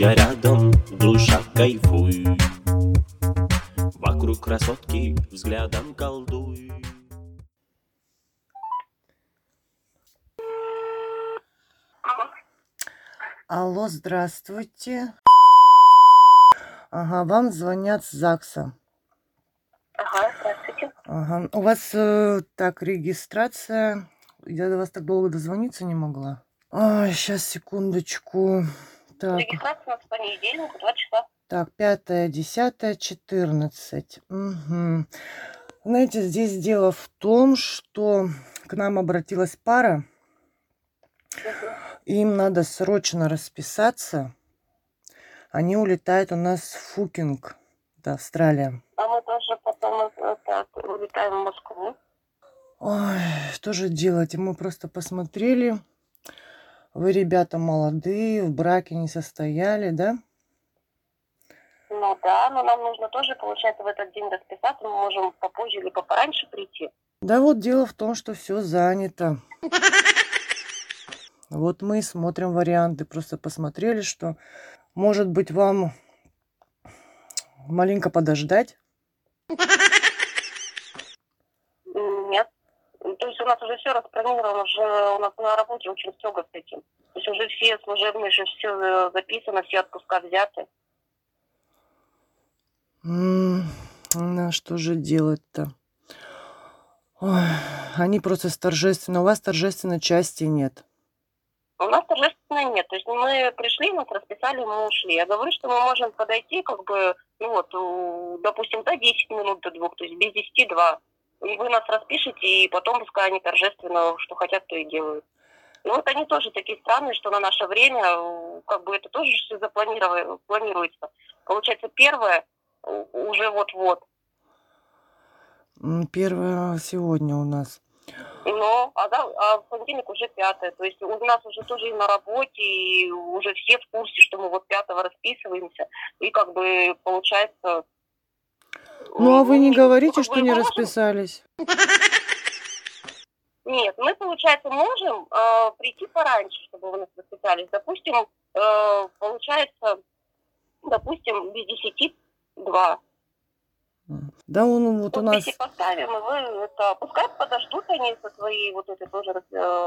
я рядом, душа кайфуй. Вокруг красотки взглядом колдуй. Алло, здравствуйте. Ага, вам звонят с ЗАГСа. Ага, здравствуйте. Ага, у вас так, регистрация. Я до вас так долго дозвониться не могла. Ой, сейчас, секундочку. Так, Регистрация у нас в понедельник, 2 часа. так, 5, 10, 14. Угу. Знаете, здесь дело в том, что к нам обратилась пара. Им надо срочно расписаться. Они улетают у нас в Фукинг, это Австралия. А мы тоже потом улетаем в Москву. Ой, что же делать? Мы просто посмотрели. Вы, ребята, молодые, в браке не состояли, да? Ну да, но нам нужно тоже, получается, в этот день расписаться. Мы можем попозже либо пораньше прийти. Да вот дело в том, что все занято. Вот мы смотрим варианты, просто посмотрели, что, может быть, вам маленько подождать. Нет. То есть у нас уже все распланировано, уже у нас на работе очень строго с этим. То есть уже все служебные, все записано, все отпуска взяты. Ну, что же делать-то? Ой, они просто торжественно. У вас торжественной части нет. У нас торжественно нет. То есть мы пришли, нас расписали, мы ушли. Я говорю, что мы можем подойти, как бы, ну вот, допустим, за 10 минут до 2, то есть без 10 2. И вы нас распишете, и потом пускай они торжественно, что хотят, то и делают. Ну вот они тоже такие странные, что на наше время, как бы это тоже все планируется. Получается, первое уже вот-вот. Первое сегодня у нас. Ну, а в понедельник уже 5. То есть у нас уже тоже и на работе, и уже все в курсе, что мы вот 5 расписываемся. И как бы получается... Ну, а вы не говорите, ну, что не расписались? Нет, мы, получается, можем прийти пораньше, чтобы вы нас расписались. Допустим, получается, без 10 2. Да, он вот у нас... Если поставим, и вы это... Пускай подождут они со своей вот этой тоже...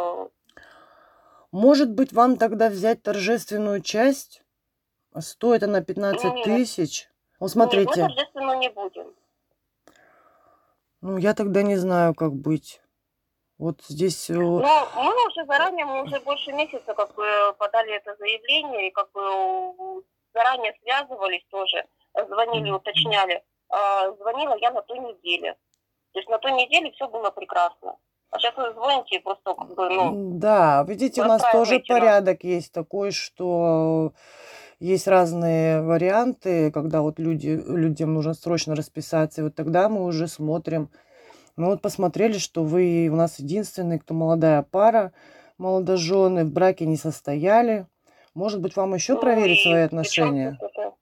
Может быть, вам тогда взять торжественную часть? Стоит она 15 тысяч. Вот смотрите. Нет, мы торжественную не будем. Ну, я тогда не знаю, как быть. Вот здесь... Ну, мы уже заранее, мы уже больше месяца как бы подали это заявление, и как бы заранее связывались тоже, звонили, уточняли. Звонила я на той неделе. То есть на той неделе все было прекрасно. А сейчас вы звоните и просто как бы, ну... Да, видите, у нас тоже порядок есть такой, что есть разные варианты, когда вот людям нужно срочно расписаться, и вот тогда мы уже смотрим. Мы вот посмотрели, что вы у нас единственный, кто молодая пара, молодожены, в браке не состояли. Может быть, вам еще проверить свои отношения?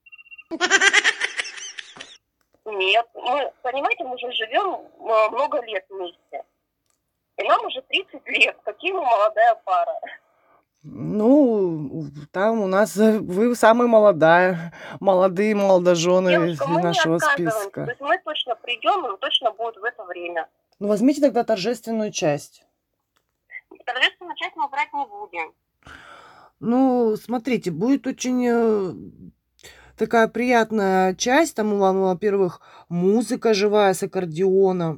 Нет, мы, понимаете, мы же живем много лет вместе. И нам уже 30 лет. Какие мы молодая пара. Ну, там у нас вы самая молодые молодожены Девушка, из нашего списка. То есть мы точно придем, и точно будет в это время. Ну, возьмите тогда торжественную часть. Торжественную часть мы брать не будем. Ну, смотрите, будет очень такая приятная часть. Там у вас, во-первых, музыка живая с аккордеоном.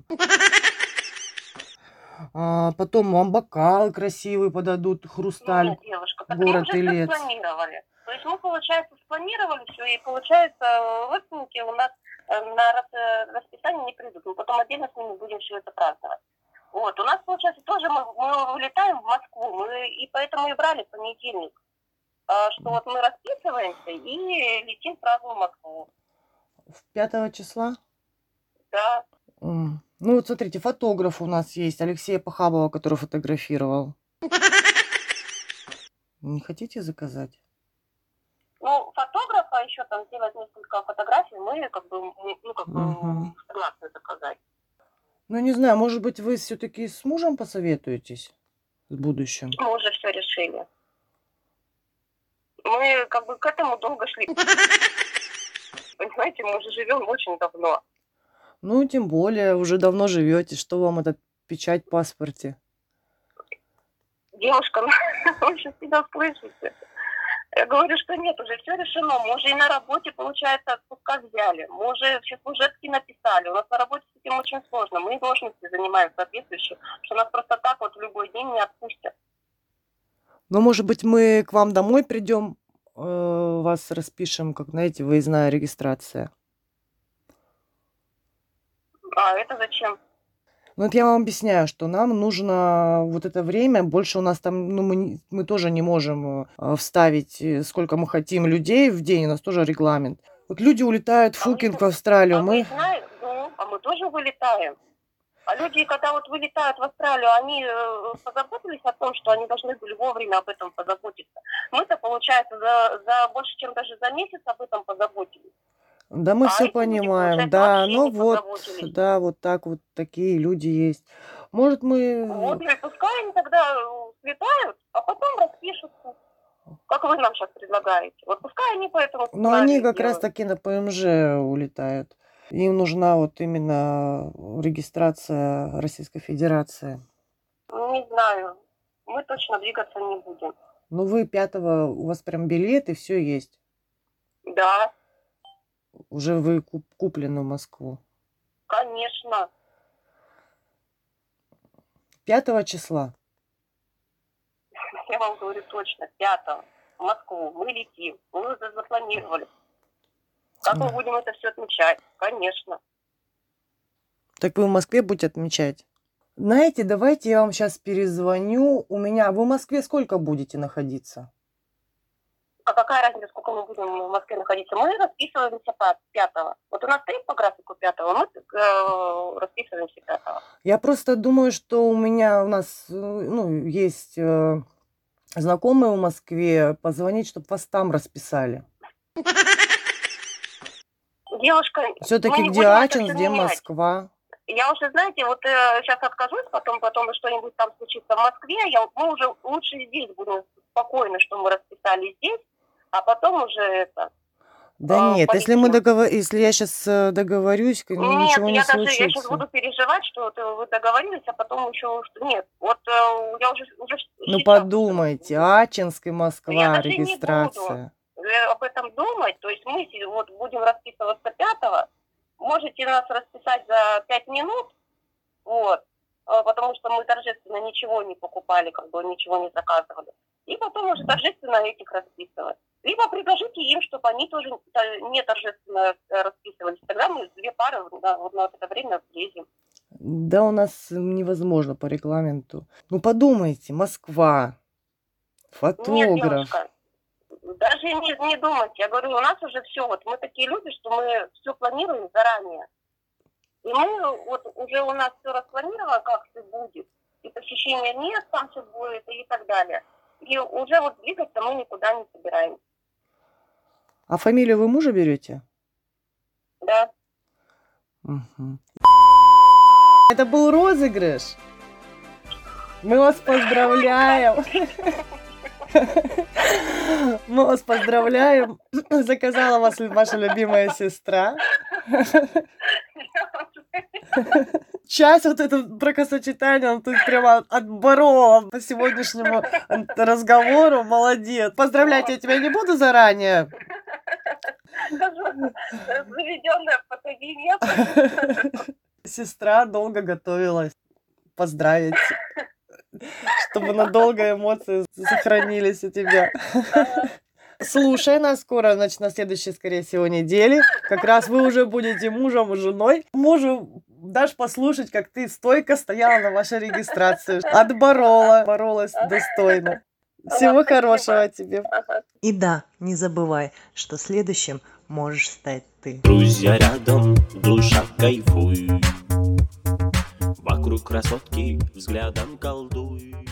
Потом вам бокал красивый подадут, хрусталь. Нет, девушка, так город мы уже Илец. все спланировали. То есть мы, получается, спланировали все, и, получается, родственники у нас на расписание не придут. Мы потом отдельно с ними будем все это праздновать. Вот, у нас, получается, тоже мы улетаем в Москву, и поэтому и брали понедельник. Что вот мы расписываемся и летим сразу в Москву. 5 числа? Да. Ну вот смотрите, фотограф у нас есть, Алексея Похабова, который фотографировал. Не хотите заказать? Ну, фотографа еще там сделать несколько фотографий, мы как бы, согласны заказать. Ну, не знаю, может быть, вы все-таки с мужем посоветуетесь в будущем? Мы уже все решили. Мы как бы к этому долго шли. Понимаете, мы уже живем очень давно. Ну, тем более, уже давно живете. Что вам этот печать в паспорте? Девушка, вы же себя слышите. Я говорю, что нет, уже все решено. Мы уже и на работе, получается, отпуска взяли. Мы уже все служебки написали. У нас на работе с этим очень сложно. Мы должности занимаем соответствующие, что нас просто так вот в любой день не отпустят. Ну, может быть, мы к вам домой придем, вас распишем, как, знаете, выездная регистрация. А это зачем? Ну, это я вам объясняю, что нам нужно вот это время, больше у нас там, ну, мы тоже не можем вставить, сколько мы хотим людей в день, у нас тоже регламент. Вот люди улетают в Фукинг, в Австралию, мы тоже вылетаем. А люди, когда вот вылетают в Австралию, они позаботились о том, что они должны были вовремя об этом позаботиться. Мы-то, получается, за больше, чем даже за месяц об этом позаботились. Да, мы все понимаем, да, ну вот, да, вот так вот такие люди есть. Может, мы... Вот, и пускай они тогда слетают, а потом распишутся. Как вы нам сейчас предлагаете. Вот пускай они по этому... Но они как раз таки на ПМЖ улетают. Им нужна вот именно регистрация Российской Федерации. Не знаю. Мы точно двигаться не будем. Ну, вы 5-го, у вас прям билет и все есть? Да. Уже вы куплены в Москву? Конечно. 5 числа? Я вам говорю точно, 5-го. В Москву. Мы летим. Мы уже запланировали. Как мы будем это все отмечать? Конечно. Так вы в Москве будете отмечать? Знаете, давайте я вам сейчас перезвоню. Вы в Москве сколько будете находиться? А какая разница, сколько мы будем в Москве находиться? Мы расписываемся 5-го. Вот у нас стоит по графику 5-го, мы расписываемся 5-го. Я просто думаю, что у нас есть знакомые в Москве, позвонить, чтобы вас там расписали. Девушка, все-таки где Ачинск, где Москва? Я уже, знаете, вот сейчас откажусь, потом что-нибудь там случится в Москве, мы уже лучше здесь будем спокойны, что мы расписали здесь, а потом уже это... Да нет, если я сейчас договорюсь, ничего не случится. Я сейчас буду переживать, что вы договорились, а потом еще... Нет, вот я уже ну подумайте, Ачинск и Москва, регистрация. Об этом думать, то есть мы вот будем расписываться 5-го, можете нас расписать за 5 минут, вот, потому что мы торжественно ничего не покупали, как бы ничего не заказывали, и потом уже торжественно этих расписывать. Либо предложите им, чтобы они тоже не торжественно расписывались, тогда мы 2 пары вот на это время влезем. Да, у нас невозможно по регламенту. Ну подумайте, Москва, фотограф. Нет, девушка. Даже не думайте. Я говорю, у нас уже все. Вот мы такие люди, что мы все планируем заранее. И мы вот уже у нас все распланировано, как все будет. И посещение мест там все будет, и так далее. И уже вот двигаться мы никуда не собираемся. А фамилию вы мужа берете? Да. Угу. Это был розыгрыш. Мы вас поздравляем. Мы вас поздравляем. Заказала вас ваша любимая сестра. Часть вот это бракосочетание, он тут прямо отборола по сегодняшнему разговору. Молодец. Поздравлять я тебя не буду заранее. Заведенная в фотогенет. Сестра долго готовилась поздравить, чтобы надолго эмоции сохранились у тебя. Слушай нас скоро, значит, на следующей, скорее всего, неделе. Как раз вы уже будете мужем и женой. Мужу дашь послушать, как ты стойко стояла на вашей регистрации. Боролась достойно. Всего хорошего тебе. И да, не забывай, что следующим можешь стать ты. Друзья рядом, душа кайфуй. Вокруг красотки взглядом колдуй.